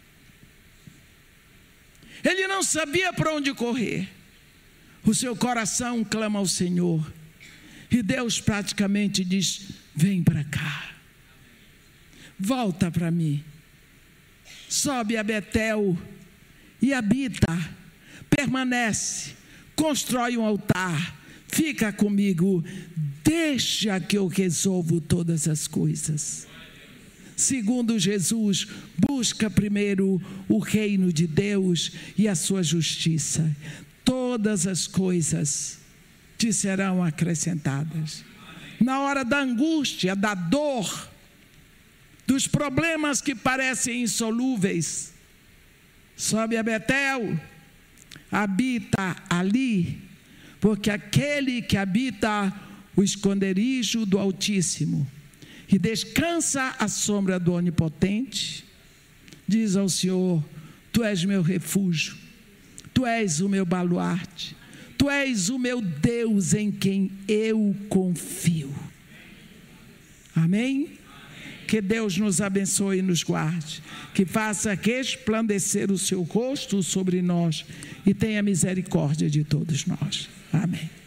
Ele não sabia para onde correr. O seu coração clama ao Senhor. E Deus praticamente diz: vem para cá. Volta para mim. Sobe a Betel e habita. Permanece. Constrói um altar. Fica comigo. Deixa que eu resolvo todas as coisas. Segundo Jesus, busca primeiro o reino de Deus e a sua justiça. Todas as coisas te serão acrescentadas. Na hora da angústia, da dor, dos problemas que parecem insolúveis, sobe a Betel, habita ali, porque aquele que habita o esconderijo do Altíssimo e descansa à sombra do Onipotente, diz ao Senhor: tu és meu refúgio, tu és o meu baluarte, tu és o meu Deus em quem eu confio. Amém? Que Deus nos abençoe e nos guarde, que faça resplandecer o seu rosto sobre nós e tenha misericórdia de todos nós. Amém.